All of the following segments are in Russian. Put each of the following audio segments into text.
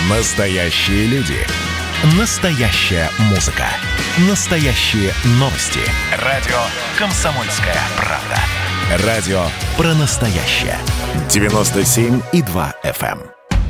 Настоящие люди. Настоящая музыка. Настоящие новости. Радио «Комсомольская правда». Радио про настоящее. 97,2 FM.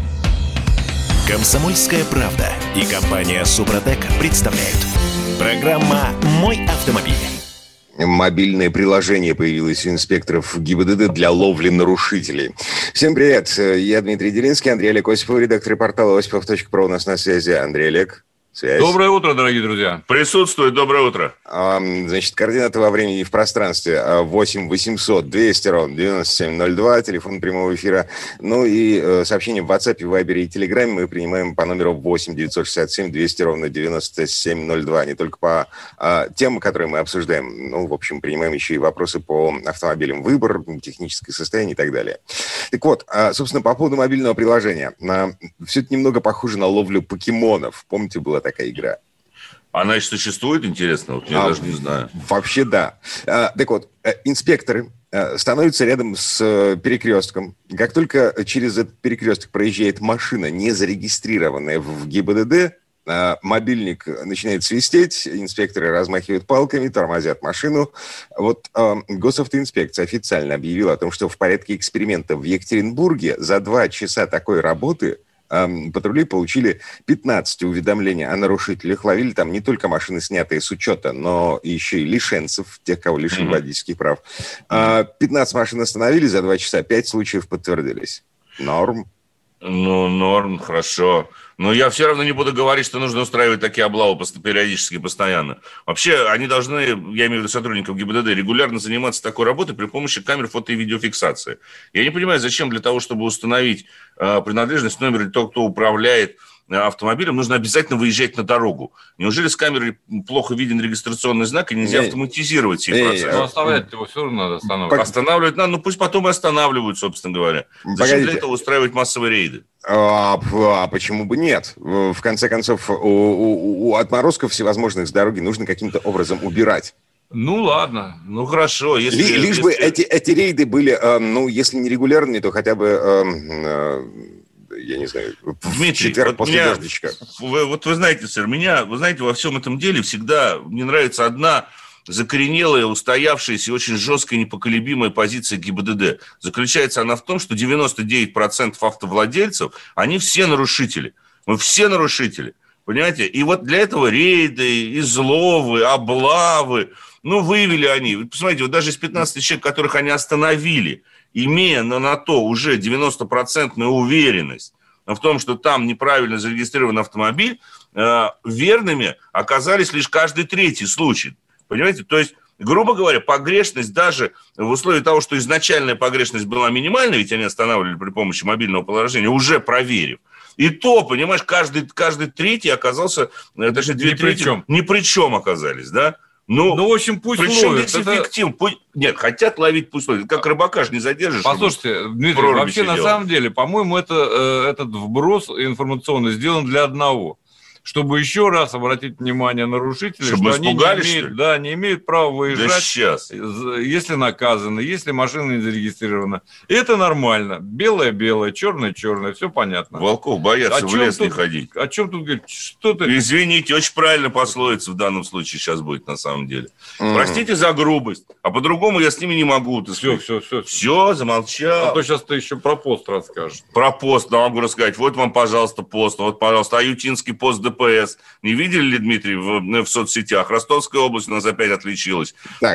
«Комсомольская правда» и компания «Супротек» представляют. Программа «Мой автомобиль». Мобильное приложение появилось у инспекторов ГИБДД для ловли нарушителей. Всем привет. Я Дмитрий Делинский, Андрей Олег Осипов, редактор портала Осипов.про. У нас на связи Андрей Олег. Связь. Доброе утро, дорогие друзья. Присутствует. Доброе утро. Значит, координаты во времени и в пространстве 8 800 200 ровно 9702, телефон прямого эфира. Ну и сообщения в WhatsApp, Viber и Telegram мы принимаем по номеру 8 967 200 ровно 9702. Не только по темам, которые мы обсуждаем, ну, в общем, принимаем еще и вопросы по автомобилям. Выбор, техническое состояние и так далее. Так вот, собственно, по поводу мобильного приложения. Все это немного похоже на ловлю покемонов. Помните, была такая игра? Она еще существует, интересно? Вот я даже не знаю. Вообще, да. Так вот, инспекторы становятся рядом с перекрестком. Как только через этот перекресток проезжает машина, не зарегистрированная в ГИБДД, мобильник начинает свистеть, инспекторы размахивают палками, тормозят машину. Вот госавтоинспекция официально объявила о том, что в порядке эксперимента в Екатеринбурге за 2 часа такой работы патрули получили 15 уведомлений о нарушителях. Ловили там не только машины, снятые с учета, но еще и лишенцев, тех, кого лишили водительских прав. 15 машин остановили за 2 часа, 5 случаев подтвердились. Норм. Ну, норм, хорошо. Но я все равно не буду говорить, что нужно устраивать такие облавы периодически, постоянно. Вообще, они должны, я имею в виду сотрудников ГИБДД, регулярно заниматься такой работой при помощи камер фото- и видеофиксации. Я не понимаю, зачем для того, чтобы установить принадлежность номера или того, кто управляет автомобилем, нужно обязательно выезжать на дорогу. Неужели с камеры плохо виден регистрационный знак и нельзя автоматизировать сей процесс? Но оставлять его все равно надо останавливать. Останавливать надо, ну пусть потом и останавливают, собственно говоря. Зачем для этого устраивать массовые рейды? Почему бы нет? В конце концов, у отморозков всевозможных с дороги нужно каким-то образом убирать. Ну, ладно. Ну, хорошо. Лишь бы эти рейды были, ну, если не регулярными, то хотя бы... я не знаю, Дмитрий, четверг после дождичка. Вот вы знаете, сэр, вы знаете, во всем этом деле всегда мне нравится одна закоренелая, устоявшаяся и очень жесткая, непоколебимая позиция ГИБДД. Заключается она в том, что 99% автовладельцев, они все нарушители. Мы все нарушители. Понимаете? И вот для этого рейды, изловы, облавы, ну, выявили они. Посмотрите, вот даже из 15 человек, которых они остановили, имея на то уже 90% уверенность в том, что там неправильно зарегистрирован автомобиль, верными оказались лишь каждый 3-й случай. Понимаете? То есть, грубо говоря, погрешность даже в условии того, что изначальная погрешность была минимальной, ведь они останавливали при помощи мобильного приложения, уже проверив. И то, понимаешь, каждый 3-й оказался, точнее, 2/3 ни при чем оказались, да? Ну, в общем, пусть ловят. Нет, хотят ловить, пусть ловят. Как рыбака же не задержишь. Послушайте, Дмитрий, вообще на самом деле, по-моему, этот вброс информационный сделан для одного. Чтобы еще раз обратить внимание нарушителей, чтобы что они не имеют права выезжать, если наказаны, если машина не зарегистрирована. Это нормально. Белое-белое, черное-черное, все понятно. Волков боятся в лес не ходить. О чем тут говорить? Что-то... Извините, очень правильно пословица в данном случае сейчас будет на самом деле. Простите за грубость, а по-другому я с ними не могу. Все, замолчал. А то сейчас ты еще про пост расскажешь. Про пост, да, могу рассказать. Вот вам, пожалуйста, пост. Вот, пожалуйста, аютинский пост ДПС. Не видели ли, Дмитрий, в соцсетях? Ростовская область у нас опять отличилась. Так,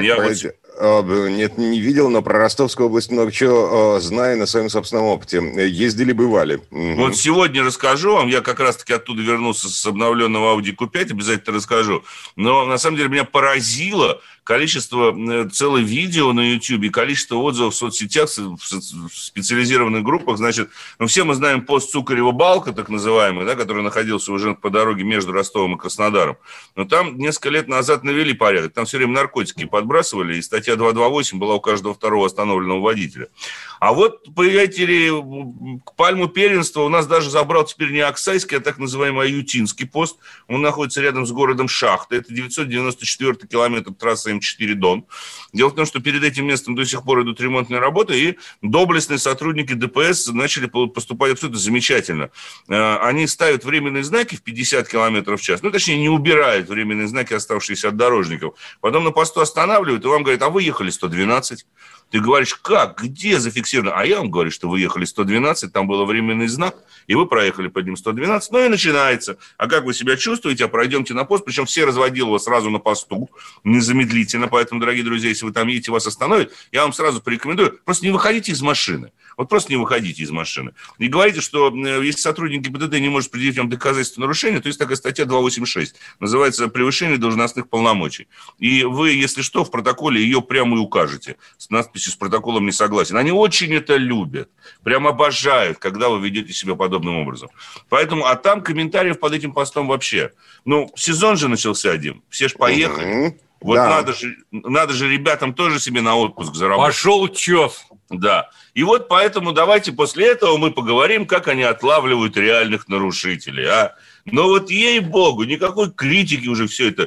нет, не видел, но про Ростовскую область много чего знаю на своем собственном опыте. Ездили, бывали. Вот сегодня расскажу вам. Я как раз-таки оттуда вернулся с обновленного Audi Q5. Обязательно расскажу. Но, на самом деле, меня поразило количество целых видео на YouTube и количество отзывов в соцсетях, в специализированных группах. Значит, ну, все мы знаем пост Цукарева-Балка, так называемый, да, который находился уже по дороге между Ростовом и Краснодаром. Но там несколько лет назад навели порядок. Там все время наркотики подбрасывали, и статья 228 была у каждого второго остановленного водителя. А вот, понимаете ли, пальму первенства у нас даже забрал теперь не Аксайский, а так называемый Аютинский пост. Он находится рядом с городом Шахта. Это 994-й километр трассы М4 Дон. Дело в том, что перед этим местом до сих пор идут ремонтные работы, и доблестные сотрудники ДПС начали поступать абсолютно замечательно. Они ставят временные знаки в 50 км в час, точнее, не убирают временные знаки, оставшиеся от дорожников. Потом на посту останавливают, и вам говорят, а вы ехали 112. Ты говоришь, как, где зафиксировано? А я вам говорю, что вы ехали 112, там был временный знак, и вы проехали под ним 112. И начинается. А как вы себя чувствуете? А пройдемте на пост. Причем все разводилы сразу на посту, незамедлительно. Поэтому, дорогие друзья, если вы там едете, вас остановят, я вам сразу порекомендую, просто не выходите из машины. Вот просто не выходите из машины. И говорите, что если сотрудник ГИБДД не может предъявить вам доказательства нарушения, то есть такая статья 286. Называется «Превышение должностных полномочий». И вы, если что, в протоколе ее прямо и укажете. С надписью «С протоколом не согласен». Они очень это любят. Прям обожают, когда вы ведете себя подобным образом. Поэтому, а там комментариев под этим постом вообще. Сезон же начался, Дим. Все ж поехали. Вот да. надо же ребятам тоже себе на отпуск заработать. Пошел чёс. Да. И вот поэтому давайте после этого мы поговорим, как они отлавливают реальных нарушителей. Но вот ей-богу, никакой критики уже все это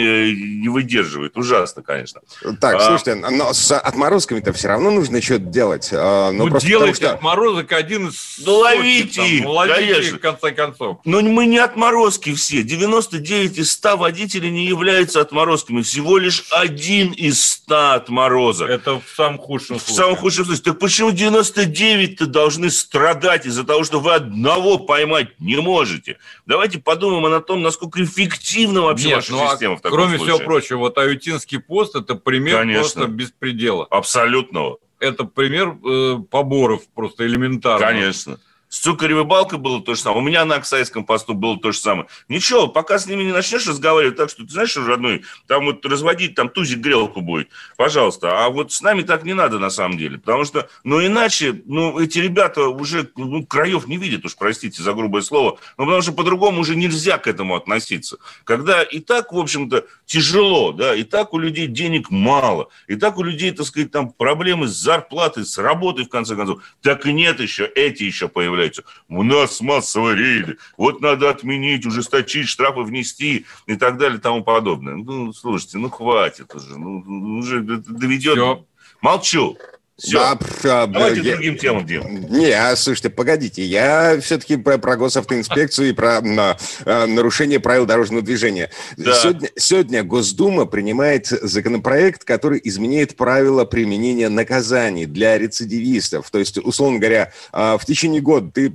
не выдерживает. Ужасно, конечно. Так, слушайте, но с отморозками-то все равно нужно что-то делать. Делайте отморозок один из... ловите их, конечно. В конце концов. Но мы не отморозки все. 99 из 100 водителей не являются отморозками. Всего лишь 1 из 100 отморозок. Это в самом худшем случае. В самом худшем случае. Так почему 99-то должны страдать из-за того, что вы одного поймать не можете? Давайте подумаем о том, насколько эффективна вообще ваша система в таком кроме случае. всего прочего, вот Аютинский пост – это пример просто беспредела. Абсолютного. Это пример поборов просто элементарно. Конечно. С Цукаревой Балкой было то же самое. У меня на Аксайском посту было то же самое. Ничего, пока с ними не начнешь разговаривать так, что ты знаешь, что родной, там вот разводить, там тузик грелку будет, пожалуйста. А вот с нами так не надо на самом деле. Потому что, иначе, эти ребята уже краев не видят, уж простите за грубое слово, потому что по-другому уже нельзя к этому относиться. Когда и так, в общем-то, тяжело, да, и так у людей денег мало, и так у людей, так сказать, там проблемы с зарплатой, с работой, в конце концов, так и нет еще, эти еще появляются. У нас массовые рейды, вот надо отменить, ужесточить, штрафы внести и так далее и тому подобное. Слушайте, хватит уже, уже доведет. Все. Молчу. Все. Давайте другим темам, Дим. Слушайте, погодите. Я все-таки про госавтоинспекцию и про нарушение правил дорожного движения. Да. Сегодня Госдума принимает законопроект, который изменяет правила применения наказаний для рецидивистов. То есть, условно говоря, в течение года ты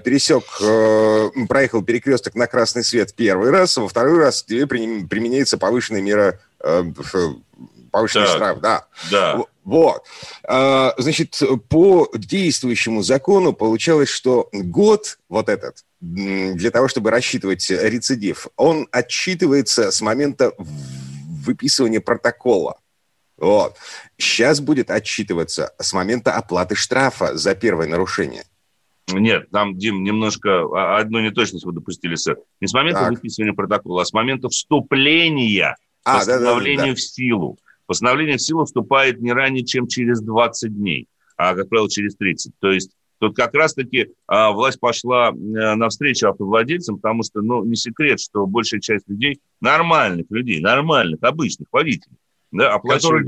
проехал перекресток на красный свет первый раз, а во второй раз тебе применяется повышенная мера... повышенный штраф, да. Вот. Значит, по действующему закону получалось, что год вот этот, для того, чтобы рассчитывать рецидив, он отсчитывается с момента выписывания протокола. Вот. Сейчас будет отсчитываться с момента оплаты штрафа за первое нарушение. Нет, там, Дим, немножко одну неточность вы допустили, сэр. Не с момента выписывания протокола, а с момента вступления постановления в силу. Постановление в силу вступает не ранее, чем через 20 дней, а, как правило, через 30. То есть тут как раз-таки власть пошла навстречу автовладельцам, потому что, не секрет, что большая часть людей, нормальных, обычных водителей, да, оплачивают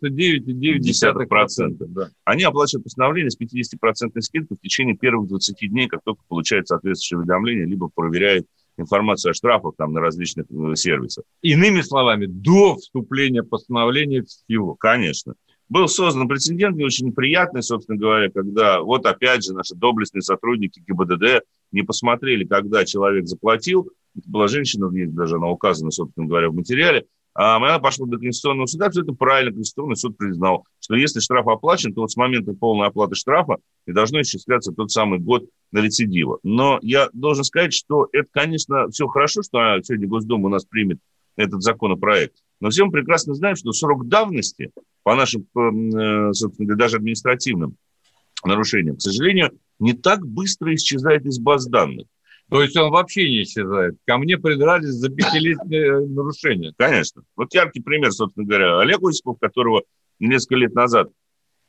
99,9%. Да. Они оплачивают постановление с 50% скидкой в течение первых 20 дней, как только получают соответствующее уведомление, либо проверяют информацию о штрафах там на различных сервисах. Иными словами, до вступления постановления в силу. Конечно. Был создан прецедент, не очень неприятный, собственно говоря, когда вот опять же наши доблестные сотрудники ГИБДД не посмотрели, когда человек заплатил. Это была женщина, даже она указана, собственно говоря, в материале. Она пошла до Конституционного суда, все это правильно, Конституционный суд признал, что если штраф оплачен, то вот с момента полной оплаты штрафа и должно исчисляться тот самый год на рецидива. Но я должен сказать, что это, конечно, все хорошо, что сегодня Госдума у нас примет этот законопроект, но все мы прекрасно знаем, что срок давности по нашим, собственно говоря, даже административным нарушениям, к сожалению, не так быстро исчезает из баз данных. То есть он вообще не исчезает. Ко мне придрались за 5-летнее нарушение. Конечно. Вот яркий пример, собственно говоря, Олег Осипов, которого несколько лет назад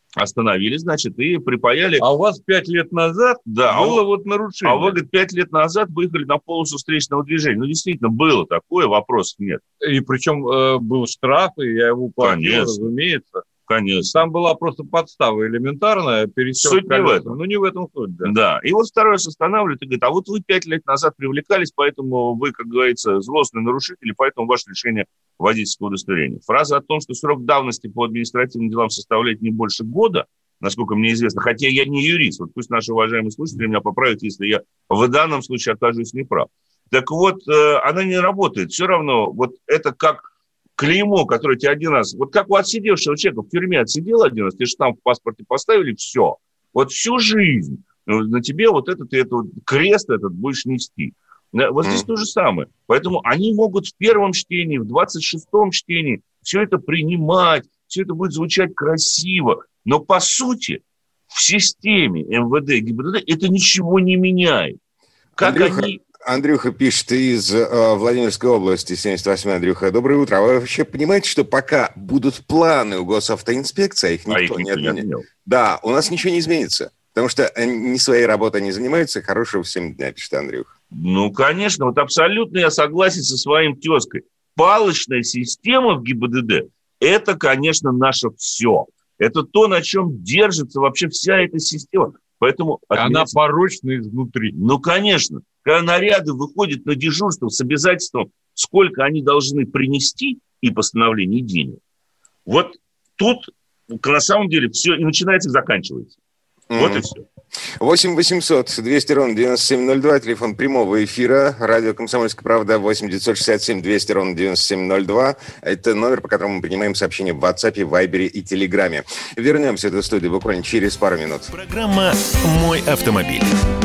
Остановили, значит, и припаяли. А у вас 5 лет назад было вот нарушение. А вы, говорит, 5 лет назад выехали на полосу встречного движения. Ну, действительно, было такое, вопросов нет. И причем был штраф, и я его платил, разумеется. Конечно. Там была просто подстава элементарная, пересек суть колеса. Не в этом. Ну, не в этом суть, да. Да. И вот второй раз останавливает и говорит, а вот вы 5 лет назад привлекались, поэтому вы, как говорится, злостный нарушитель, поэтому ваше лишение водительского удостоверения. Фраза о том, что срок давности по административным делам составляет не больше года, насколько мне известно, хотя я не юрист, вот пусть наши уважаемые слушатели меня поправят, если я в данном случае окажусь неправ. Так вот, она не работает. Все равно, вот это как клеймо, которое тебе один раз... Вот как у отсидевшего человека в тюрьме отсидел один раз, тебе штамп в паспорте поставили, все. Вот всю жизнь на тебе вот этот крест этот будешь нести. Вот здесь то же самое. Поэтому они могут в первом чтении, в 26-м чтении все это принимать, все это будет звучать красиво. Но по сути в системе МВД, ГИБДД это ничего не меняет. Как Андрюха пишет из Владимирской области, 78-й. Андрюха, доброе утро. А вы вообще понимаете, что пока будут планы у госавтоинспекции, их никто не отменял? Да, у нас ничего не изменится. Потому что не своей работой не занимаются. Хорошего всем дня, пишет Андрюха. Ну, конечно, вот абсолютно я согласен со своим тезкой. Палочная система в ГИБДД – это, конечно, наше все. Это то, на чем держится вообще вся эта система. Поэтому она порочна изнутри. Ну, конечно. Когда наряды выходят на дежурство с обязательством, сколько они должны принести и постановление денег, вот тут на самом деле все и начинается, и заканчивается. Вот и все. 8 800 200 ровно 9702, телефон прямого эфира, радио «Комсомольская правда», 8 967 200 ровно 9702. Это номер, по которому мы принимаем сообщения в WhatsApp, Вайбере и Телеграме. Вернемся в эту студию буквально через пару минут. Программа «Мой автомобиль».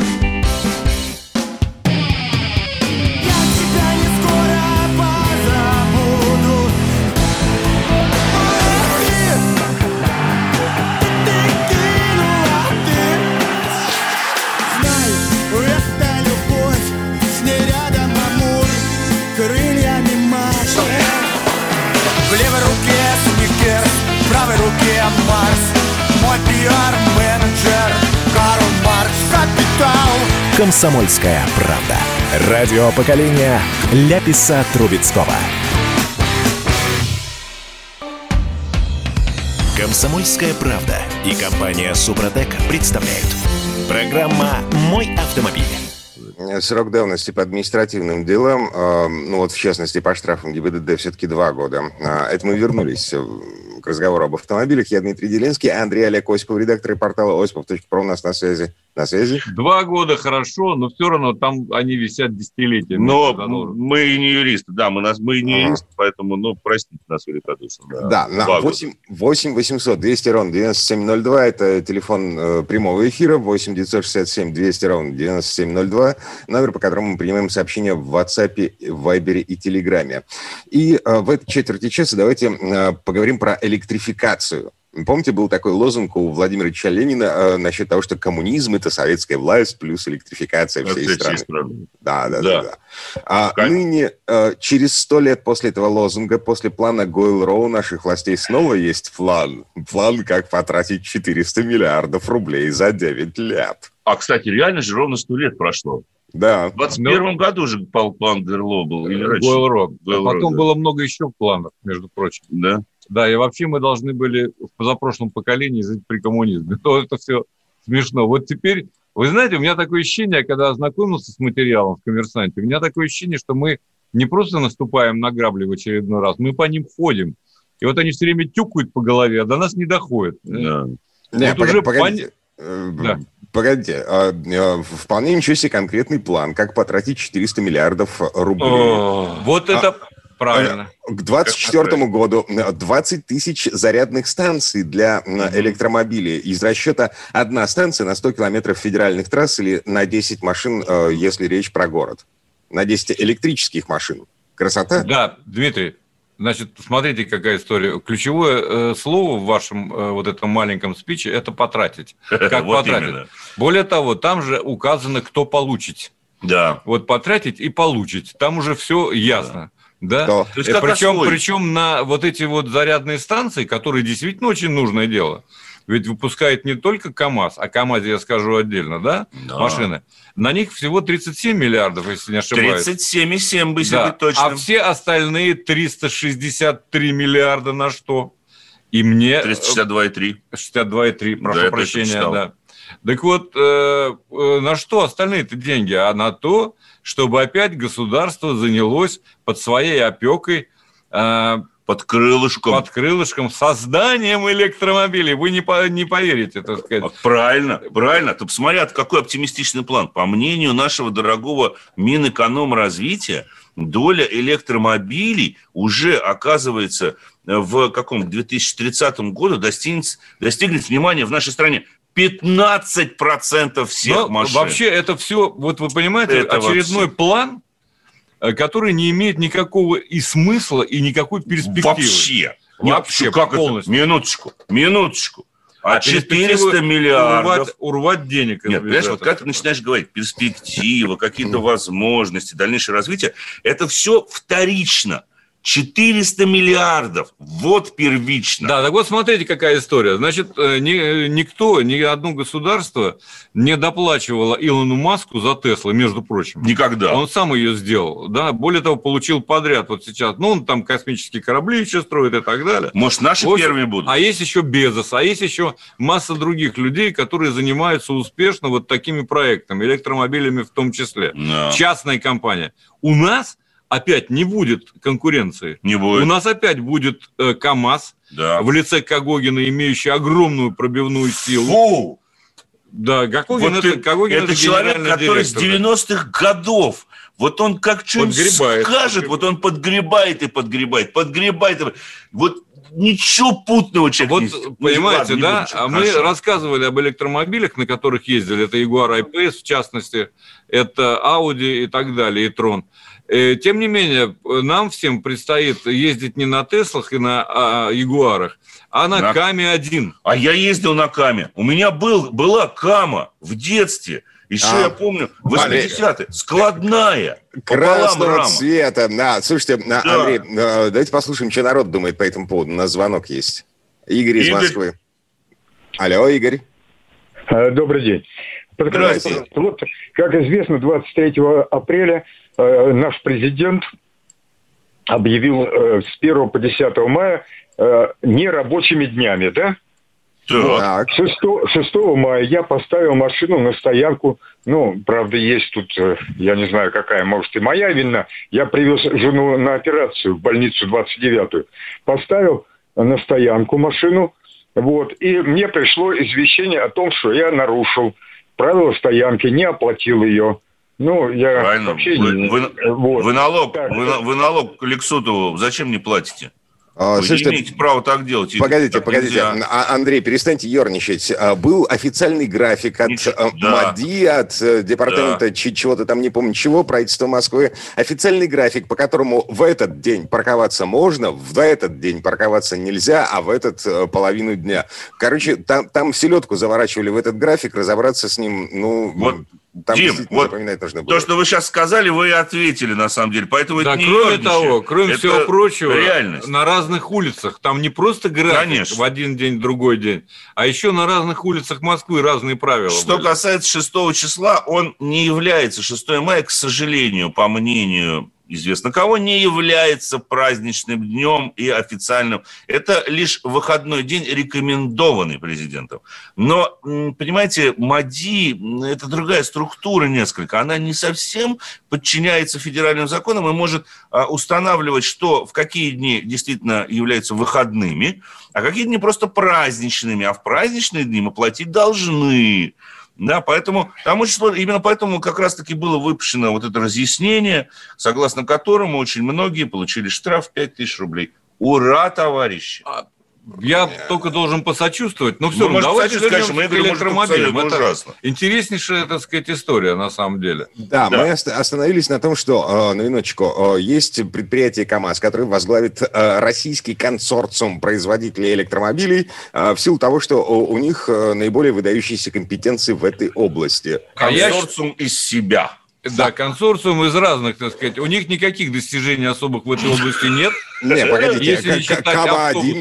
«Комсомольская правда». Радио поколения Ляписа Трубецкого. «Комсомольская правда» и компания «Супротек» представляют. Программа «Мой автомобиль». Срок давности по административным делам, ну вот в частности по штрафам ГИБДД, все-таки 2 года. Это мы вернулись к разговору об автомобилях. Я Дмитрий Делинский, Андрей Олег Осипов, редактор портала osipov.pro у нас на связи. 2 года хорошо, но все равно там они висят десятилетиями. Но мы и не юристы, да, мы не юристы, поэтому, простите нас великодушно. Да, на 8 800 200 ровно 9702, это телефон прямого эфира, 8 967 200 ровно 9702, номер, по которому мы принимаем сообщения в WhatsApp, Вайбере и Телеграме. И в этой четверти часа давайте поговорим про электрификацию. Помните, был такой лозунг у Владимира Ильича Ленина насчет того, что коммунизм – это советская власть плюс электрификация всей страны. Да. А ныне, через 100 лет после этого лозунга, после плана Гойл-Роу наших властей снова есть план. План, как потратить 400 миллиардов рублей за 9 лет. А, кстати, реально же ровно 100 лет прошло. Да. В 2021 году же план Гойл-Роу был. Гойл-Роу. Потом было много еще планов, между прочим. Да. Да, и вообще мы должны были в позапрошлом поколении жить при коммунизме. Но это все смешно. Вот теперь, вы знаете, у меня такое ощущение, когда ознакомился с материалом в «Коммерсанте», у меня такое ощущение, что мы не просто наступаем на грабли в очередной раз, мы по ним ходим. И вот они все время тюкают по голове, а до нас не доходят. Да. Погодите, вполне ничего себе конкретный план, как потратить 400 миллиардов рублей. Вот это... Правильно. К 2024 году 20 тысяч зарядных станций для электромобилей. Из расчета 1 станция на 100 километров федеральных трасс или на 10 машин, если речь про город. На 10 электрических машин. Красота? Да, Дмитрий. Значит, смотрите, какая история. Ключевое слово в вашем вот этом маленьком спиче – это «потратить». Как вот потратить? Именно. Более того, там же указано, кто получить. Да. Вот потратить и получить. Там уже все ясно. Да? Да. Причем на вот эти вот зарядные станции, которые действительно очень нужное дело. ведь выпускает не только КАМАЗ, о КАМАЗе я скажу отдельно, да, машины. На них всего 37 миллиардов, если не ошибаюсь. 37,7, если быть точным. А все остальные 363 миллиарда на что? И мне... 362,3. 62,3, прошу прощения, да. Так вот, на что остальные-то деньги? А на то, чтобы опять государство занялось под своей опекой... Под крылышком созданием электромобилей. Вы не поверите, так сказать. Правильно. Ты посмотри, какой оптимистичный план. По мнению нашего дорогого Минэкономразвития, доля электромобилей уже, оказывается, в 2030 году достигнет, внимание, в нашей стране 15% всех машин. Вообще это все, вот вы понимаете, это очередной план, который не имеет никакого и смысла, и никакой перспективы. Вообще как полностью. Это? Минуточку. А 400 миллиардов... Урвать денег. Нет, понимаешь, вот как ты начинаешь говорить, перспектива, какие-то возможности, дальнейшее развитие, это все вторично. 400 миллиардов. Вот первично. Да, так вот смотрите, какая история. Значит, никто, ни одно государство не доплачивало Илону Маску за Теслу, между прочим. Никогда. Он сам ее сделал. Да? Более того, получил подряд вот сейчас. Ну, он там космические корабли еще строит и так далее. Может, наши первыми будут. А есть еще Безос, а есть еще масса других людей, которые занимаются успешно вот такими проектами, электромобилями в том числе. Да. Частная компания. У нас опять не будет конкуренции. Не будет. У нас опять будет КАМАЗ в лице Кагогина, имеющий огромную пробивную силу. Фу! Да, Кагогин вот это человек, который с 90-х годов, вот он как что-нибудь скажет, вот он подгребает. Вот ничего путного человек вот, понимаете, да? А мы рассказывали об электромобилях, на которых ездили. Это Jaguar I-Pace, в частности, это Audi и так далее, и Tron. Тем не менее, нам всем предстоит ездить не на Теслах и на Ягуарах, а на Каме-1. А я ездил на Каме. У меня была Кама в детстве. Еще я помню, 80-е. Складная. Красного цвета. Да. Слушайте, Андрей, давайте послушаем, что народ думает по этому поводу. У нас звонок есть. Игорь из Москвы. Алло, Игорь. Добрый день. Здравствуйте. Вот, как известно, 23 апреля наш президент объявил с 1 по 10 мая нерабочими днями, да? Так. 6 мая я поставил машину на стоянку. Ну, правда, есть тут, я не знаю, какая, может, и моя вина. Я привез жену на операцию в больницу 29-ю. Поставил на стоянку машину. Вот, и мне пришло извещение о том, что я нарушил правила стоянки, не оплатил ее. Ну, я правильно. Вообще вы налог Лексутову зачем не платите? Вы не имеете права так делать. Погодите. Андрей, перестаньте ерничать. Был официальный график от МАДИ, от департамента чего-то там, не помню чего, правительства Москвы. Официальный график, по которому в этот день парковаться можно, в этот день парковаться нельзя, а в этот половину дня. Короче, там в селедку заворачивали в этот график, разобраться с ним, там Дим, действительно запоминать нужно было. То, что вы сейчас сказали, вы и ответили, на самом деле. Поэтому да, это не кроме того, кроме всего прочего, реальность. На разных улицах, там не просто график в один день, в другой день, а еще на разных улицах Москвы разные правила. Что касается 6 числа, он не является, 6 мая, к сожалению, по мнению известно кого, не является праздничным днем и официальным. Это лишь выходной день, рекомендованный президентом. Но, понимаете, МАДИ – это другая структура несколько. Она не совсем подчиняется федеральным законам и может устанавливать, что в какие дни действительно являются выходными, а какие дни просто праздничными. А в праздничные дни мы платить должны. Да, поэтому там очень сложно. Именно поэтому как раз-таки было выпущено вот это разъяснение, согласно которому очень многие получили штраф 5000 рублей. Ура, товарищи! Я только должен посочувствовать, но все равно давайте вернемся к электромобилям. Это ужасно. Интереснейшая, так сказать, история на самом деле. Да, мы остановились на том, что, на минуточку, есть предприятие КАМАЗ, которое возглавит российский консорциум производителей электромобилей в силу того, что у них наиболее выдающиеся компетенции в этой области. Консорциум из себя. Да, консорциум из разных, так сказать. У них никаких достижений особых в этой области нет. Не, погодите, КАМА-1...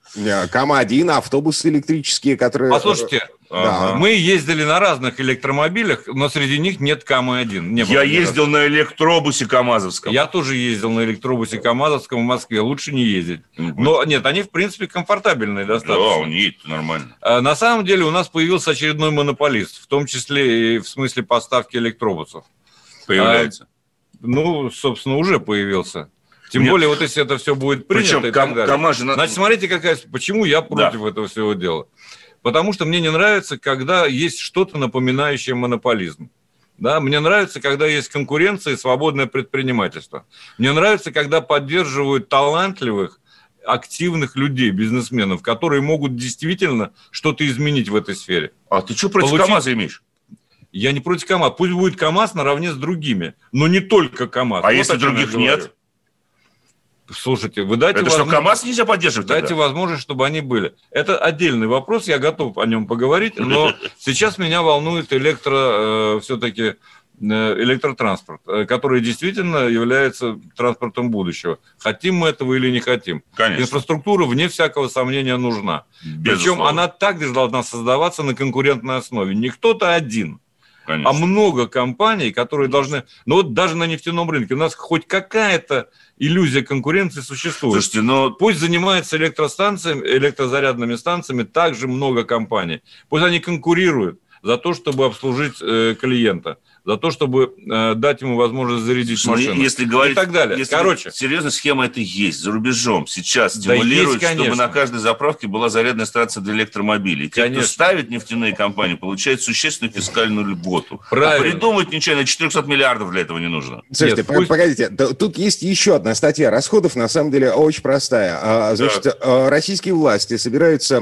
КАМА-1, автобусы электрические, которые... Послушайте, мы ездили на разных электромобилях, но среди них нет КАМА-1. Я ездил на электробусе КАМАЗовском. Я тоже ездил на электробусе КАМАЗовском в Москве. Лучше не ездить. Но нет, они, в принципе, комфортабельные достаточно. Да, он едет нормально. На самом деле у нас появился очередной монополист, в том числе и в смысле поставки электробусов. Появляется. Собственно, уже появился. Тем более, вот если это все будет принято. Причем и так далее. Значит, смотрите, почему я против этого всего дела. Потому что мне не нравится, когда есть что-то напоминающее монополизм. Да? Мне нравится, когда есть конкуренция и свободное предпринимательство. Мне нравится, когда поддерживают талантливых, активных людей, бизнесменов, которые могут действительно что-то изменить в этой сфере. А ты что против КАМАЗа имеешь? Я не против КАМАЗа. Пусть будет КАМАЗ наравне с другими. Но не только КАМАЗ. А если других нет? Слушайте, вы дайте возможность... Это что, КАМАЗ нельзя поддерживать тогда? Дайте возможность, чтобы они были. Это отдельный вопрос, я готов о нем поговорить, но сейчас меня волнует все-таки электротранспорт, который действительно является транспортом будущего. Хотим мы этого или не хотим. Конечно. Инфраструктура, вне всякого сомнения, нужна. Причем она также должна создаваться на конкурентной основе. Не кто-то один. Конечно. А много компаний, которые должны... даже на нефтяном рынке у нас хоть какая-то иллюзия конкуренции существует. Слушайте, пусть занимается электростанциями, электрозарядными станциями также много компаний. Пусть они конкурируют за то, чтобы обслужить клиента, за то, чтобы дать ему возможность зарядить машину. Если говорить, и так далее. Серьезная схема это есть. За рубежом сейчас стимулируют, чтобы на каждой заправке была зарядная станция для электромобилей. Те, кто ставит нефтяные компании, получают существенную фискальную льготу. А придумать ничего, на 400 миллиардов для этого не нужно. Слушайте, погодите, тут есть еще одна статья расходов, на самом деле очень простая. Значит, российские власти собираются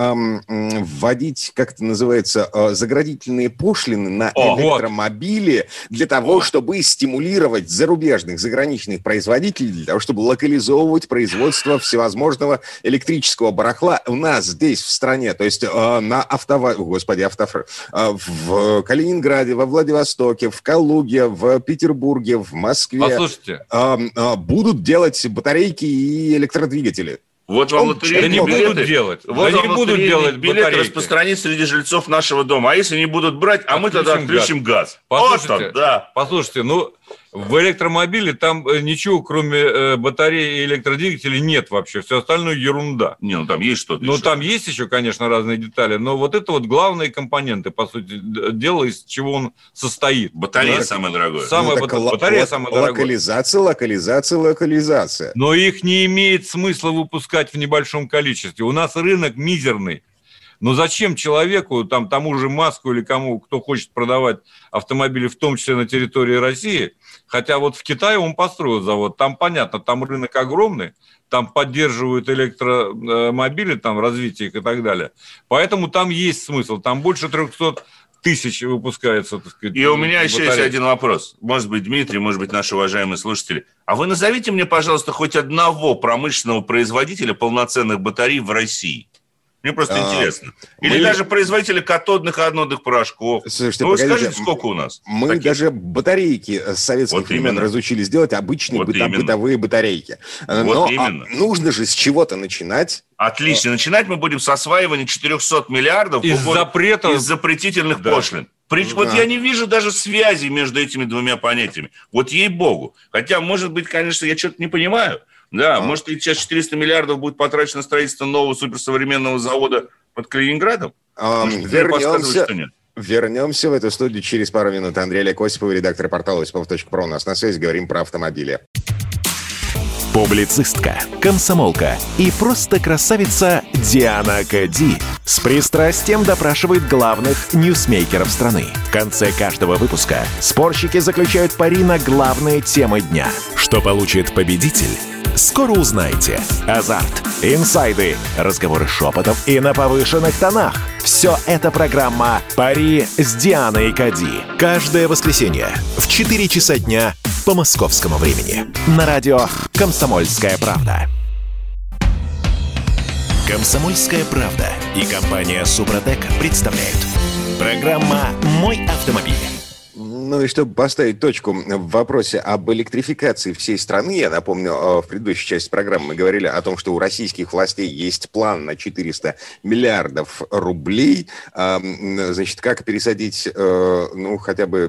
вводить, как это называется, заградительные пошлины на электромобили для того, чтобы стимулировать зарубежных, заграничных производителей, для того, чтобы локализовывать производство всевозможного электрического барахла у нас здесь, в стране. То есть в Калининграде, во Владивостоке, в Калуге, в Петербурге, в Москве. Послушайте. Будут делать батарейки и электродвигатели. Вот вам лотерейные билеты. Билеты распространить среди жильцов нашего дома. А если не будут брать, мы тогда отключим газ. Послушайте, в электромобиле там ничего, кроме батареи и электродвигателей, нет вообще. Все остальное ерунда. Там есть что-то. Там есть еще, конечно, разные детали, но вот это вот главные компоненты, по сути дела, из чего он состоит. Батарея самое дорогое. Батарея самое дорогое. Локализация. Но их не имеет смысла выпускать в небольшом количестве. У нас рынок мизерный. Но зачем человеку, тому же Маску или кому, кто хочет продавать автомобили, в том числе на территории России, хотя вот в Китае он построил завод, там понятно, там рынок огромный, там поддерживают электромобили, развитие их и так далее. Поэтому там есть смысл, там больше 300 тысяч выпускается, так сказать. И у меня еще есть один вопрос. Может быть, Дмитрий, может быть, наши уважаемые слушатели. А вы назовите мне, пожалуйста, хоть одного промышленного производителя полноценных батарей в России. Мне просто интересно. Или даже производители катодных и анодных порошков. Слушайте, скажите, сколько у нас? Мы даже батарейки с советских времен разучились делать, обычные бытовые батарейки. Но нужно же с чего-то начинать. Отлично. Начинать мы будем с осваивания 400 миллиардов из запретительных пошлин. Я не вижу даже связи между этими двумя понятиями. Вот ей-богу. Хотя, может быть, конечно, я что-то не понимаю. Да, может, сейчас 400 миллиардов будет потрачено на строительство нового суперсовременного завода под Калининградом? Вернемся в эту студию через пару минут. Андрей Олег Осипов, редактор портала osipov.pro. У нас на связи, говорим про автомобили. Публицистка, комсомолка и просто красавица Диана Кади с пристрастием допрашивает главных ньюсмейкеров страны. В конце каждого выпуска спорщики заключают пари на главные темы дня. Что получит победитель? Скоро узнаете. Азарт, инсайды, разговоры шепотов и на повышенных тонах. Все это программа «Пари с Дианой Кади». Каждое воскресенье в 4 часа дня по московскому времени. На радио «Комсомольская правда». «Комсомольская правда» и компания «Супротек» представляют. Программа «Мой автомобиль». Ну и чтобы поставить точку в вопросе об электрификации всей страны, я напомню, в предыдущей части программы мы говорили о том, что у российских властей есть план на 400 миллиардов рублей. Значит, как пересадить, хотя бы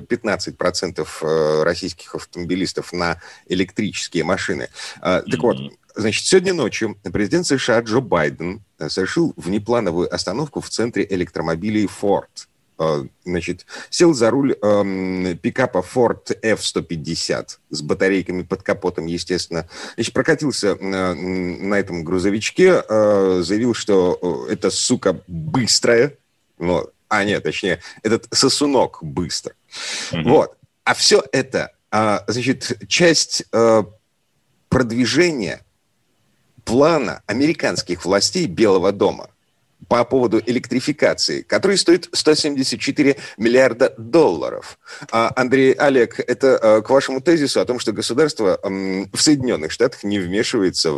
15% российских автомобилистов на электрические машины. Так вот, значит, сегодня ночью президент США Джо Байден совершил внеплановую остановку в центре электромобилей Ford. Значит, сел за руль пикапа Ford F-150 с батарейками под капотом, естественно. Значит, прокатился на этом грузовичке, заявил, что эта сука быстрая. Точнее, этот сосунок быстро. Вот. А все это, значит, часть продвижения плана американских властей Белого дома по поводу электрификации, который стоит 174 миллиарда долларов. Андрей, Олег, это к вашему тезису о том, что государство в Соединенных Штатах не вмешивается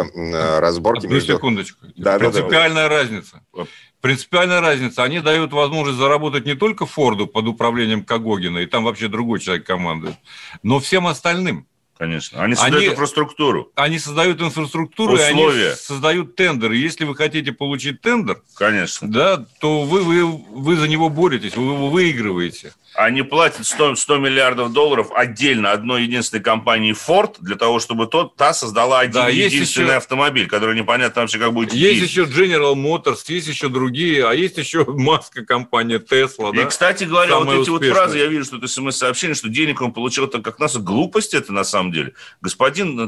в разборки между... секундочку. Принципиальная разница. Принципиальная разница. Они дают возможность заработать не только Форду под управлением Когогина, и там вообще другой человек командует, но всем остальным. Конечно. Они создают инфраструктуру. Они создают инфраструктуру, условия. И они создают тендер. И если вы хотите получить тендер, конечно, да, то вы за него боретесь, вы его выигрываете. Они платят 100 миллиардов долларов отдельно одной единственной компании Ford для того, чтобы та создала единственный автомобиль, который непонятно вообще как будет ездить. Есть еще General Motors, есть еще другие, а есть еще Маска компания Tesla. И, кстати говоря, вот эти вот фразы, я вижу, что это смс-сообщение, что денег он получил так, как нас. Глупость это на самом деле. Господин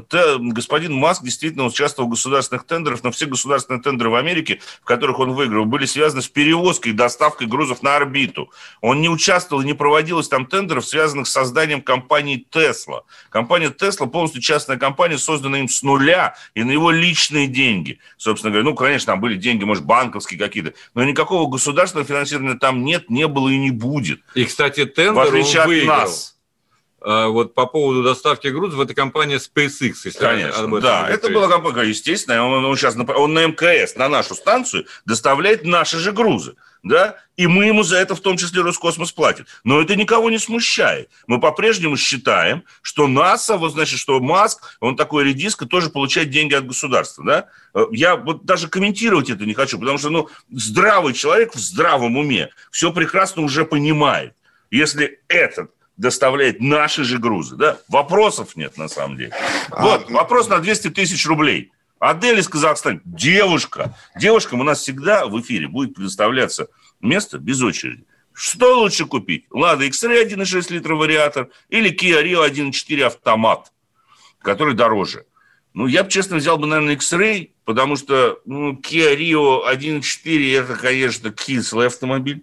Маск действительно участвовал в государственных тендерах, но все государственные тендеры в Америке, в которых он выиграл, были связаны с перевозкой и доставкой грузов на орбиту. Он не участвовал и не проводилось там тендеров, связанных с созданием компании Tesla. Компания Tesla полностью частная компания, созданная им с нуля и на его личные деньги. Собственно говоря, конечно, там были деньги, может, банковские какие-то, но никакого государственного финансирования там нет, не было и не будет. И, кстати, тендер в отличие он выиграл. От нас. Вот по поводу доставки грузов, это компания SpaceX. Если конечно, да. Это была компания, естественно, он сейчас на МКС, на нашу станцию доставляет наши же грузы. Да? И мы ему за это в том числе Роскосмос платит. Но это никого не смущает. Мы по-прежнему считаем, что НАСА, что Маск, он такой редиска, тоже получает деньги от государства. Да? Я вот даже комментировать это не хочу, потому что здравый человек в здравом уме все прекрасно уже понимает. Если этот доставляет наши же грузы, да? Вопросов нет на самом деле. Вопрос на 200 тысяч рублей. Адель из Казахстана, девушкам у нас всегда в эфире будет предоставляться место без очереди. Что лучше купить? Lada X-Ray 1,6 литра вариатор или Kia Rio 1,4 автомат, который дороже? Я бы, честно, взял бы, наверное, X-Ray, потому что Kia Rio 1,4 это, конечно, кислый автомобиль.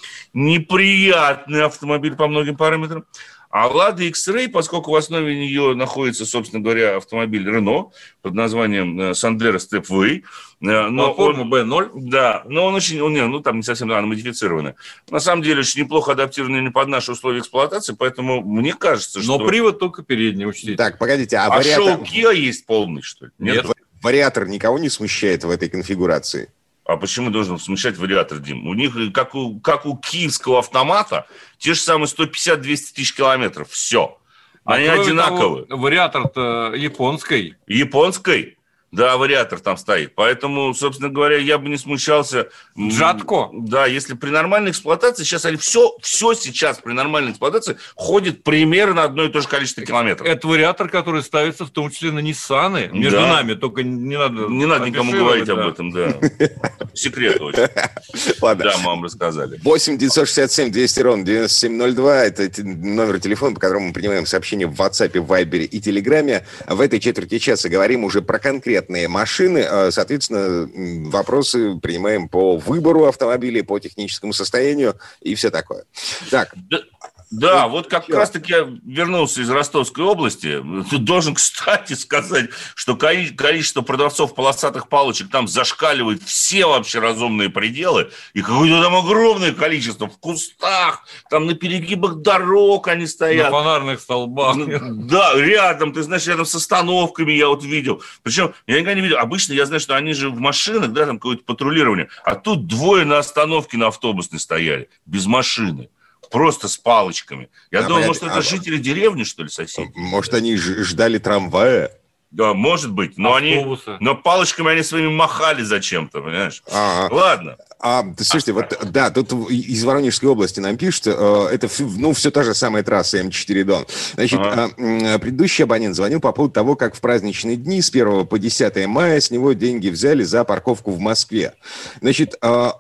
Неприятный автомобиль по многим параметрам. А Lada X-Ray, поскольку в основе нее находится, собственно говоря, автомобиль Renault под названием Sandero Stepway. Платформа B0. Да, но он очень, там не совсем модифицированный. На самом деле, очень неплохо адаптированный под наши условия эксплуатации, поэтому мне кажется, что... Но привод только передний, учтите. Так, погодите, а вариатор... шоу Kia есть полный, что ли? Нет. Вариатор никого не смущает в этой конфигурации? А почему должен смущать вариатор, Дим? У них, как у киевского автомата, те же самые 150-200 тысяч километров. Все. Они одинаковые. Вариатор-то японский. Японский? Да, вариатор там стоит. Поэтому, собственно говоря, я бы не смущался. Джатко. Да, если при нормальной эксплуатации, сейчас они все сейчас при нормальной эксплуатации ходит примерно одно и то же количество километров. Это вариатор, который ставится в том числе на Ниссаны. Между нами, только не надо... Не надо никому говорить об этом, да. Секрет очень. Ладно. Да, мы вам рассказали. 8-967-200-97-02. Это номер телефона, по которому мы принимаем сообщения в WhatsApp, в Viber и Telegram. В этой четверти часа говорим уже про конкретные машины. Соответственно, вопросы принимаем по выбору автомобилей, по техническому состоянию и все такое. Так. Да, вот как раз-таки я вернулся из Ростовской области. Тут должен, кстати, сказать, что количество продавцов полосатых палочек там зашкаливает все вообще разумные пределы. И какое-то там огромное количество в кустах, там на перегибах дорог они стоят. На фонарных столбах. Да, рядом, ты знаешь, рядом с остановками я вот видел. Причем я никогда не видел. Обычно я знаю, что они же в машинах, да, там какое-то патрулирование. А тут двое на остановке на автобусной стояли, без машины. просто с палочками. Я думаю, может, это понятно. жители деревни, что ли, соседи? Может, они ждали трамвая? Да, может быть, но палочками они своими махали зачем-то, понимаешь? Ладно. Слушайте, вот, да, тут из Воронежской области нам пишут, это, все та же самая трасса М4 Дон. Значит, предыдущий абонент звонил по поводу того, как в праздничные дни с 1 по 10 мая с него деньги взяли за парковку в Москве. Значит,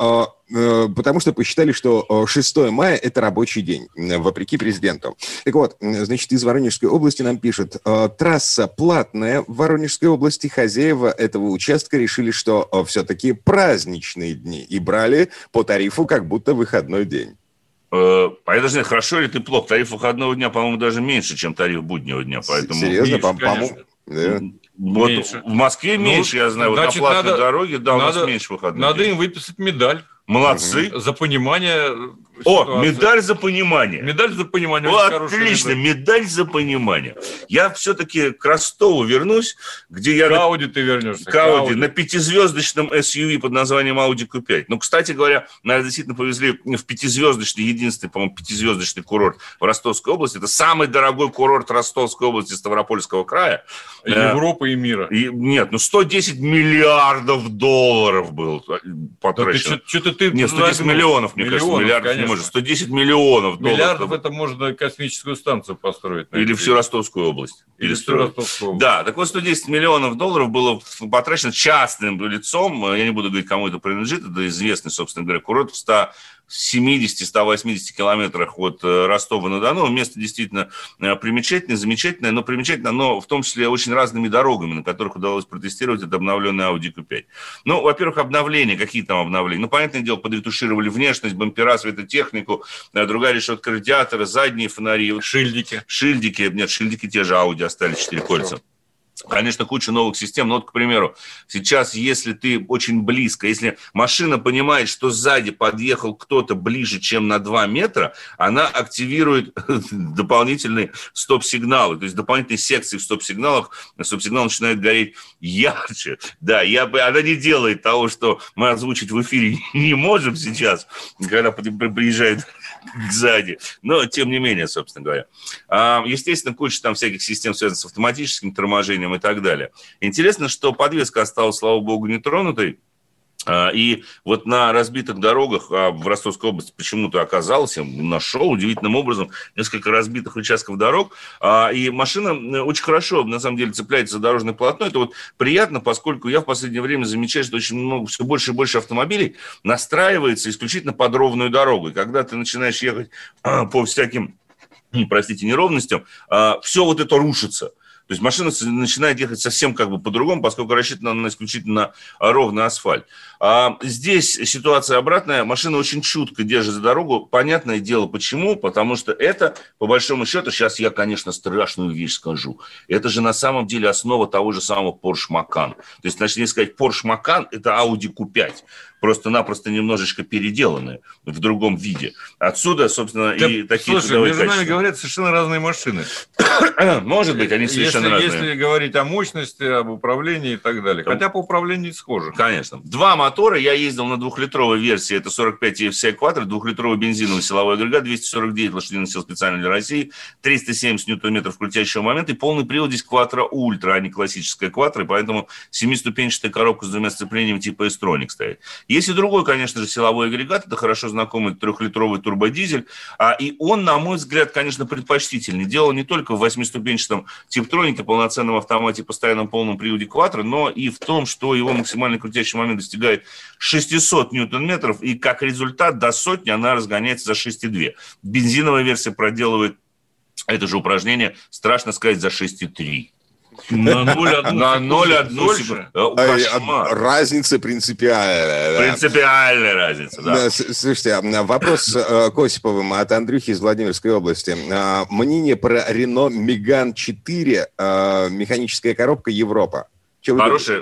потому что посчитали, что 6 мая – это рабочий день, вопреки президенту. Так вот, значит, из Воронежской области нам пишут, трасса платная в Воронежской области, хозяева этого участка решили, что все-таки праздничные дни, и брали по тарифу как будто выходной день. Я даже не знаю, хорошо или плохо. Тариф выходного дня, по-моему, даже меньше, чем тариф буднего дня. Поэтому... Серьезно? По-моему... Да. Вот в Москве меньше, я знаю. Вот на платной дороге, да, у нас меньше выходных. Надо им выписать медаль. Молодцы. За понимание ситуации. Медаль за понимание. Медаль за понимание. Отлично, медаль за понимание. Я все-таки к Ростову вернусь, где я... К Ауди ты вернешься. К Ауди. На 5-звездочном SUV под названием Audi Q5. Ну, кстати говоря, наверное, действительно повезли в 5-звездочный, единственный, по-моему, 5-звездочный курорт в Ростовской области. Это самый дорогой курорт Ростовской области, Ставропольского края. Европы и мира. Нет, 110 миллиардов долларов был потрачено. Нет, 110 миллионов, мне кажется, миллиардов не может. 110 миллионов долларов. Миллиардов это можно космическую станцию построить. Или всю Ростовскую область. Или всю Ростовскую область. Да, так вот 110 миллионов долларов было потрачено частным лицом. Я не буду говорить, кому это принадлежит. Это известный, собственно говоря, курорт в 170-180 километрах от Ростова-на-Дону. Место действительно примечательное, замечательное, но в том числе очень разными дорогами, на которых удалось протестировать это обновленный Audi Q5. Ну, во-первых, обновления, какие там обновления? Ну, понятное дело, подретушировали внешность, бампера, светотехнику, другая решетка радиатора, задние фонари. Шильдики. Нет, шильдики те же Audi остались, 4 кольца. Конечно, куча новых систем. Но вот, к примеру, сейчас, если ты очень близко, если машина понимает, что сзади подъехал кто-то ближе, чем на 2 метра, она активирует дополнительные стоп-сигналы. То есть дополнительные секции в стоп-сигналах. Стоп-сигнал начинает гореть ярче. Да, она не делает того, что мы озвучить в эфире не можем сейчас, когда приезжает сзади. Но, тем не менее, собственно говоря. Естественно, куча там всяких систем, связанных с автоматическим торможением и так далее. Интересно, что подвеска осталась, слава богу, нетронутой. И вот на разбитых дорогах в Ростовской области почему-то оказалось, я нашел удивительным образом несколько разбитых участков дорог, и машина очень хорошо, на самом деле, цепляется за дорожное полотно. Это вот приятно, поскольку я в последнее время замечаю, что очень много, все больше и больше автомобилей настраивается исключительно под ровную дорогу. И когда ты начинаешь ехать по всяким, неровностям, все вот это рушится. То есть машина начинает ехать совсем как бы по-другому, поскольку рассчитана на исключительно ровный асфальт. Здесь ситуация обратная. Машина очень чутко держит за дорогу. Понятное дело, почему. Потому что это, по большому счету, сейчас я, конечно, страшную вещь скажу. Это же на самом деле основа того же самого Porsche Macan. То есть, точнее сказать, Porsche Macan – это Audi Q5. Просто-напросто немножечко переделанные в другом виде. Отсюда, собственно, и такие слушай, между нами говорят совершенно разные машины. Может быть, они совершенно разные. Если говорить о мощности, об управлении и так далее. Хотя по управлению схожи. Конечно. 2 мотора. Я ездил на 2-литровой версии. Это 45 EFCI Quattro, 2-литровый бензиновый силовой агрегат, 249 лошадиных сил специально для России, 370 ньютон-метров крутящего момента и полный привод здесь Quattro Ultra, а не классическая Quattro. И поэтому 7-ступенчатая коробка с 2 сцеплениями типа S-Tronic стоит. Есть и другой, конечно же, силовой агрегат. Это хорошо знакомый 3-литровый турбодизель. И он, на мой взгляд, конечно, предпочтительный. Дело не только в 8-ступенчатом Tiptronic, полноценном автомате, постоянном полном приводе Quattro, но и в том, что его максимальный крутящий момент достигает 600 ньютон-метров, и как результат до сотни она разгоняется за 6,2. Бензиновая версия проделывает это же упражнение, страшно сказать, за 6,3. На 0,1 разница принципиальная. Принципиальная разница, да. Слушайте, вопрос к Осиповым от Андрюхи из Владимирской области. Мнение про Renault Megane 4, механическая коробка Европа. Хороший,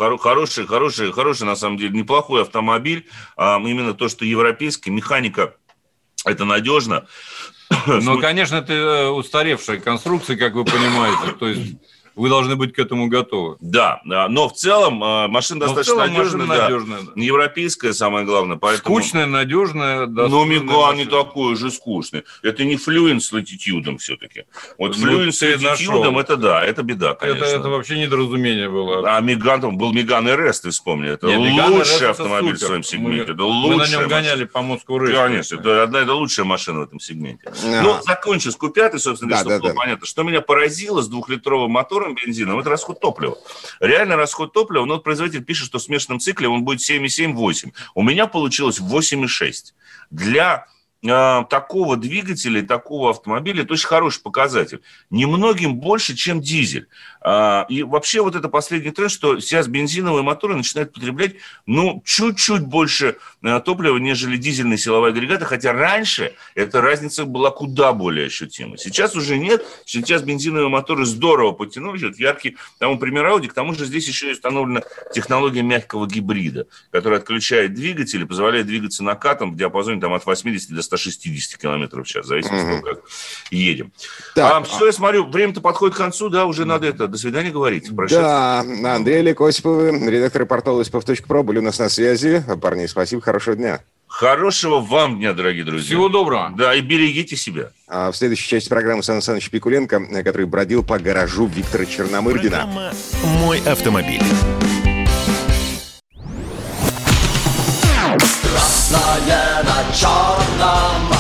на самом деле, неплохой автомобиль. Именно то, что европейская механика, это надежно. Но, конечно, это устаревшая конструкция, как вы понимаете. То есть вы должны быть к этому готовы. Да, но в целом машина достаточно надежная. Европейская, самое главное. Поэтому... Скучная, надежная. Но Меган не такой же скучный. Это не Fluence с latitude все-таки. Вот Fluence с latitude, это да, это беда, конечно. Это вообще недоразумение было. А Меган, там был Меган РС, ты вспомни. Это лучший автомобиль в своем сегменте. Мы на нем гоняли по Москву Рэш. Конечно, это лучшая машина в этом сегменте. Ну, закончу с Q5, собственно, чтобы было понятно. Что меня поразило с 2-литровым мотором бензином, это расход топлива. Реально расход топлива, но производитель пишет, что в смешанном цикле он будет 7,7-8. У меня получилось 8,6. Для такого двигателя и такого автомобиля это очень хороший показатель. Немногим больше, чем дизель. И вообще вот это последний тренд, что сейчас бензиновые моторы начинают потреблять, чуть-чуть больше топлива, нежели дизельные силовые агрегаты, хотя раньше эта разница была куда более ощутима. Сейчас уже нет. Сейчас бензиновые моторы здорово потянулись. Вот яркий тому пример Audi. К тому же здесь еще и установлена технология мягкого гибрида, которая отключает двигатель и позволяет двигаться накатом в диапазоне от 80 до 160 км в час, в зависимости от того, как едем. Все, я смотрю, время-то подходит к концу, да, уже надо до свидания говорить. Прощаться. Да, Андрей Олег Осиповы, редактор портала Осипов.про, были у нас на связи. Парни, спасибо, хорошего дня. Хорошего вам дня, дорогие друзья. Всего доброго. Да, и берегите себя. А в следующей части программы Сан Саныч Пикуленко, который бродил по гаражу Виктора Черномырдина. Программа «Мой автомобиль». Красное на черном.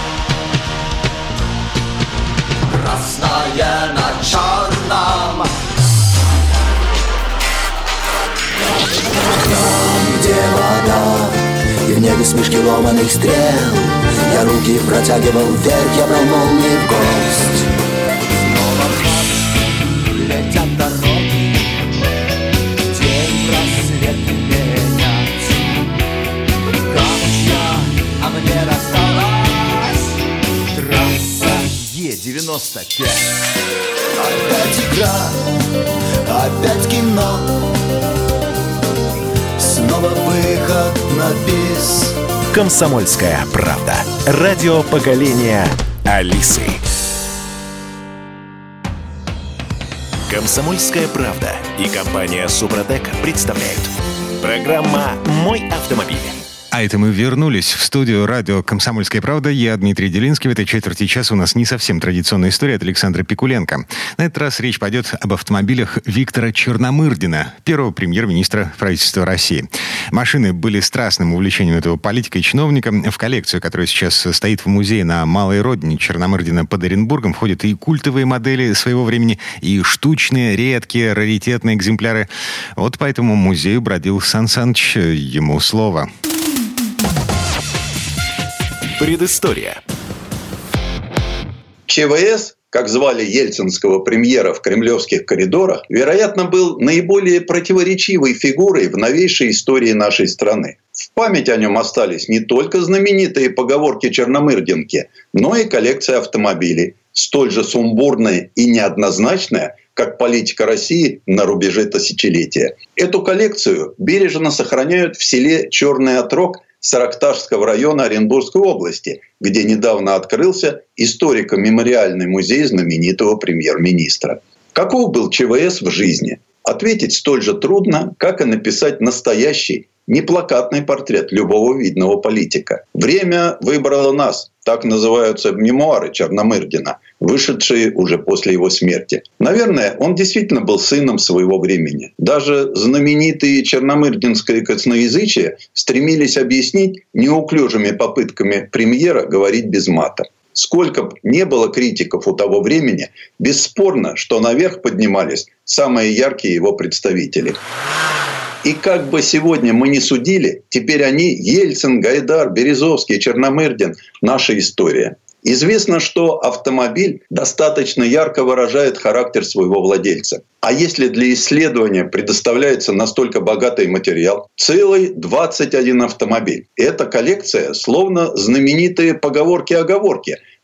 Красное на черном. Там, где вода, и в небе смешки ломаных стрел, я руки протягивал вверх, я брал молнии в гость. Снова в летят дороги, день рассвет менять. Камушья, а мне досталась трасса Е95. Опять игра, опять кино, снова выход на бис. «Комсомольская правда». Радио поколения Алисы. «Комсомольская правда» и компания «Супротек» представляют. Программа «Мой автомобиль». А это мы вернулись в студию радио «Комсомольская правда». Я Дмитрий Делинский. В этой четверти часа у нас не совсем традиционная история от Александра Пикуленко. На этот раз речь пойдет об автомобилях Виктора Черномырдина, первого премьер-министра правительства России. Машины были страстным увлечением этого политика и чиновника. В коллекцию, которая сейчас стоит в музее на Малой Родине Черномырдина под Оренбургом, входят и культовые модели своего времени, и штучные, редкие, раритетные экземпляры. Вот по этому музею бродил Сан Саныч. Ему слово. Предыстория. ЧВС, как звали ельцинского премьера в кремлевских коридорах, вероятно, был наиболее противоречивой фигурой в новейшей истории нашей страны. В память о нем остались не только знаменитые поговорки Черномырдинки, но и коллекция автомобилей, столь же сумбурная и неоднозначная, как политика России на рубеже тысячелетия. Эту коллекцию бережно сохраняют в селе Черный Отрог Саракташского района Оренбургской области, где недавно открылся историко-мемориальный музей знаменитого премьер-министра. Каков был ЧВС в жизни? Ответить столь же трудно, как и написать настоящий, не плакатный портрет любого видного политика. Время выбрало нас. Так называются мемуары Черномырдина, вышедшие уже после его смерти. Наверное, он действительно был сыном своего времени. Даже знаменитые черномырдинское косноязычие стремились объяснить неуклюжими попытками премьера говорить без мата. Сколько бы не было критиков у того времени, бесспорно, что наверх поднимались самые яркие его представители. И как бы сегодня мы ни судили, теперь они, Ельцин, Гайдар, Березовский, Черномырдин, наша история. Известно, что автомобиль достаточно ярко выражает характер своего владельца. А если для исследования предоставляется настолько богатый материал, целый 21 автомобиль. Эта коллекция словно знаменитые поговорки-оговорки,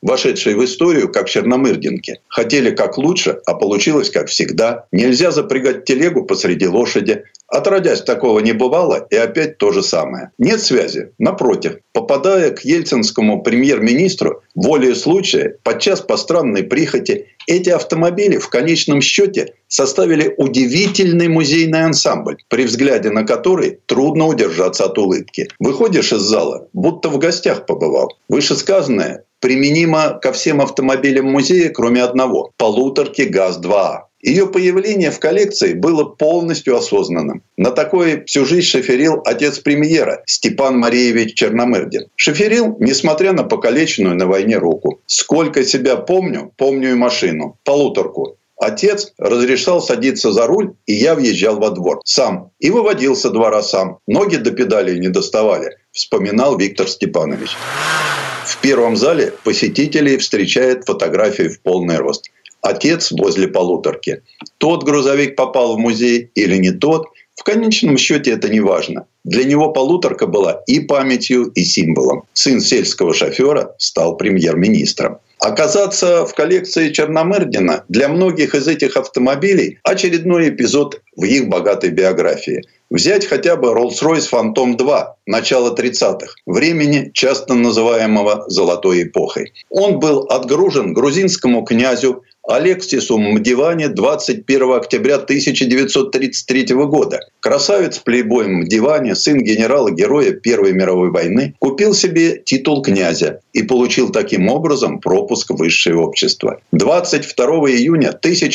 вошедшие в историю как черномырдинки. Хотели как лучше, а получилось как всегда. Нельзя запрягать телегу посреди лошади. Отродясь, такого не бывало, и опять то же самое. Нет связи. Напротив, попадая к ельцинскому премьер-министру, волею случая, подчас по странной прихоти, эти автомобили в конечном счете составили удивительный музейный ансамбль, при взгляде на который трудно удержаться от улыбки. Выходишь из зала, будто в гостях побывал. Вышесказанное применимо ко всем автомобилям музея, кроме одного – полуторки ГАЗ-2А. Ее появление в коллекции было полностью осознанным. На такой всю жизнь шоферил отец премьера Степан Мареевич Черномырдин. Шоферил, несмотря на покалеченную на войне руку. Сколько себя помню и машину. Полуторку. Отец разрешал садиться за руль, и я въезжал во двор. Сам. И выводил со двора сам. Ноги до педалей не доставали, вспоминал Виктор Степанович. В первом зале посетителей встречает фотография в полный рост. Отец возле полуторки. Тот грузовик попал в музей или не тот, в конечном счете это не важно. Для него полуторка была и памятью, и символом. Сын сельского шофера стал премьер-министром. Оказаться в коллекции Черномырдина для многих из этих автомобилей – очередной эпизод в их богатой биографии. Взять хотя бы Rolls-Royce Phantom 2 начала 30-х, времени, часто называемого «золотой эпохой». Он был отгружен грузинскому князю Алексису Мдиване 21 октября 1933 года. Красавец-плейбой Мдиване, сын генерала-героя Первой мировой войны, купил себе титул князя и получил таким образом пропуск в высшее общество. 22 июня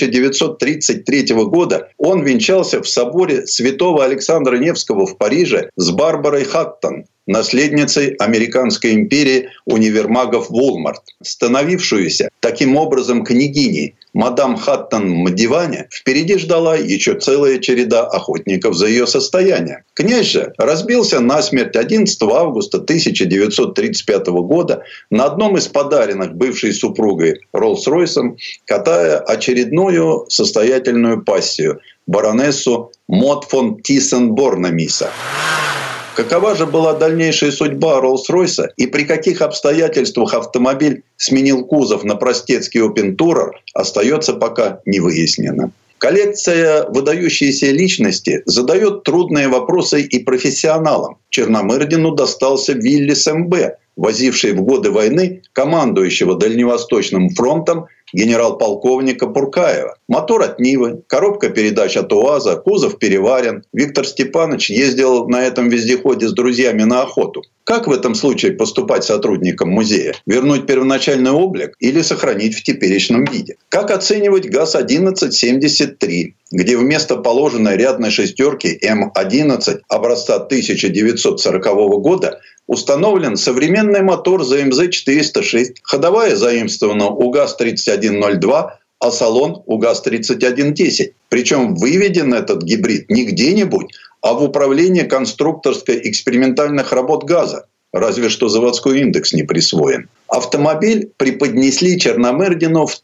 1933 года он венчался в соборе святого Александра Невского в Париже с Барбарой Хаттон, наследницей Американской империи универмагов Walmart, становившуюся таким образом княгиней. Мадам Хаттон Мдиване впереди ждала еще целая череда охотников за ее состояние. Князь же разбился насмерть 11 августа 1935 года на одном из подаренных бывшей супругой Роллс-Ройсом, катая очередную состоятельную пассию – баронессу Мод фон Тиссен-Борнемиса. Какова же была дальнейшая судьба Роллс-Ройса и при каких обстоятельствах автомобиль сменил кузов на простецкий Open Tourer, остается пока невыяснено. Коллекция выдающейся личности задает трудные вопросы и профессионалам. Черномырдину достался Виллис М.Б., возивший в годы войны командующего Дальневосточным фронтом генерал-полковника Пуркаева. Мотор от Нивы, коробка передач от УАЗа, кузов переварен. Виктор Степанович ездил на этом вездеходе с друзьями на охоту. Как в этом случае поступать сотрудникам музея? Вернуть первоначальный облик или сохранить в теперешнем виде? Как оценивать ГАЗ-1173, где вместо положенной рядной шестерки М-11 образца 1940 года установлен современный мотор ЗМЗ-406, ходовая заимствована у ГАЗ-3102, а салон у ГАЗ-3110. Причем выведен этот гибрид не где-нибудь, а в управлении конструкторско-экспериментальных работ ГАЗа. Разве что заводской индекс не присвоен. Автомобиль преподнесли Черномырдину в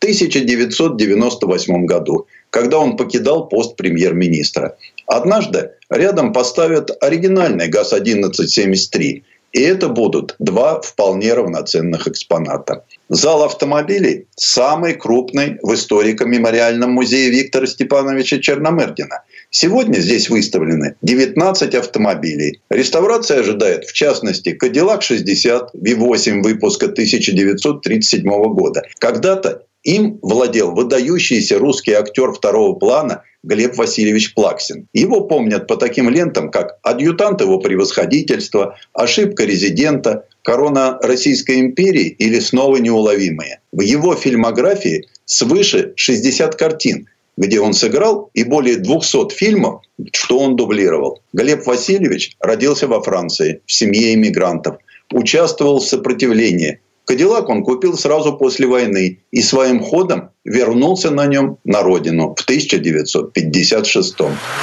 1998 году, когда он покидал пост премьер-министра. Однажды рядом поставят оригинальный ГАЗ-1173. И это будут два вполне равноценных экспоната. Зал автомобилей самый крупный в историко-мемориальном музее Виктора Степановича Черномырдина. Сегодня здесь выставлены 19 автомобилей. Реставрация ожидает, в частности, Cadillac 60 V8 выпуска 1937 года. Когда-то им владел выдающийся русский актер второго плана Глеб Васильевич Плаксин. Его помнят по таким лентам, как «Адъютант его превосходительства», «Ошибка резидента», «Корона Российской империи» или «Снова неуловимые». В его фильмографии свыше 60 картин, где он сыграл, и более 200 фильмов, что он дублировал. Глеб Васильевич родился во Франции в семье иммигрантов, участвовал в сопротивлении. Кадиллак он купил сразу после войны и своим ходом вернулся на нем на родину в 1956.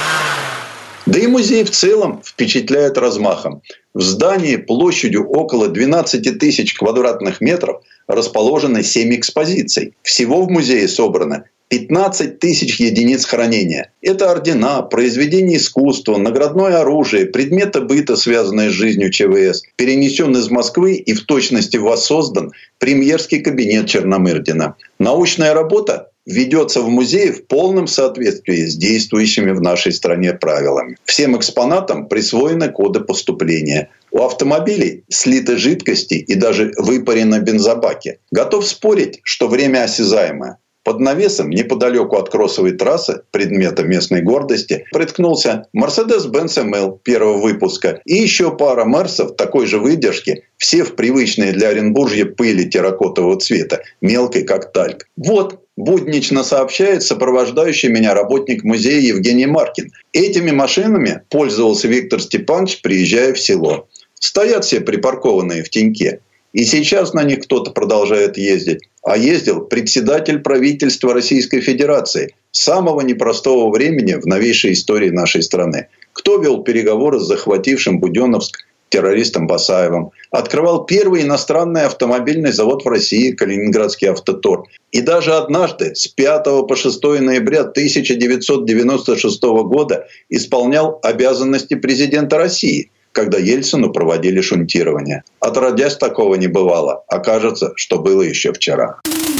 Да и музей в целом впечатляет размахом. В здании площадью около 12 тысяч квадратных метров расположены 7 экспозиций. Всего в музее собрано 15 тысяч единиц хранения. Это ордена, произведения искусства, наградное оружие, предметы быта, связанные с жизнью ЧВС, перенесен из Москвы и в точности воссоздан премьерский кабинет Черномырдина. Научная работа ведется в музее в полном соответствии с действующими в нашей стране правилами. Всем экспонатам присвоены коды поступления. У автомобилей слиты жидкости и даже выпарены бензобаки. Готов спорить, что время осязаемое. Под навесом, неподалеку от кроссовой трассы, предмета местной гордости, приткнулся Mercedes-Benz ML первого выпуска и еще пара Мерсов такой же выдержки, все в привычной для Оренбуржья пыли терракотового цвета, мелкой как тальк. Вот, буднично сообщает сопровождающий меня работник музея Евгений Маркин. Этими машинами пользовался Виктор Степанович, приезжая в село. Стоят все припаркованные в теньке. И сейчас на них кто-то продолжает ездить. А ездил председатель правительства Российской Федерации самого непростого времени в новейшей истории нашей страны. Кто вел переговоры с захватившим Буденновск террористом Басаевым, открывал первый иностранный автомобильный завод в России, Калининградский автотор. И даже однажды, с 5 по 6 ноября 1996 года, исполнял обязанности президента России, когда Ельцину проводили шунтирование. Отродясь, такого не бывало. Окажется, что было еще вчера.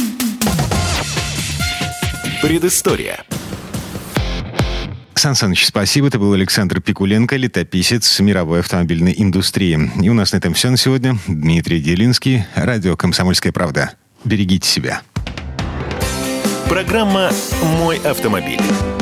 Предыстория. Сан Саныч, спасибо. Это был Александр Пикуленко, летописец мировой автомобильной индустрии. И у нас на этом все на сегодня. Дмитрий Делинский, радио «Комсомольская правда». Берегите себя. Программа «Мой автомобиль».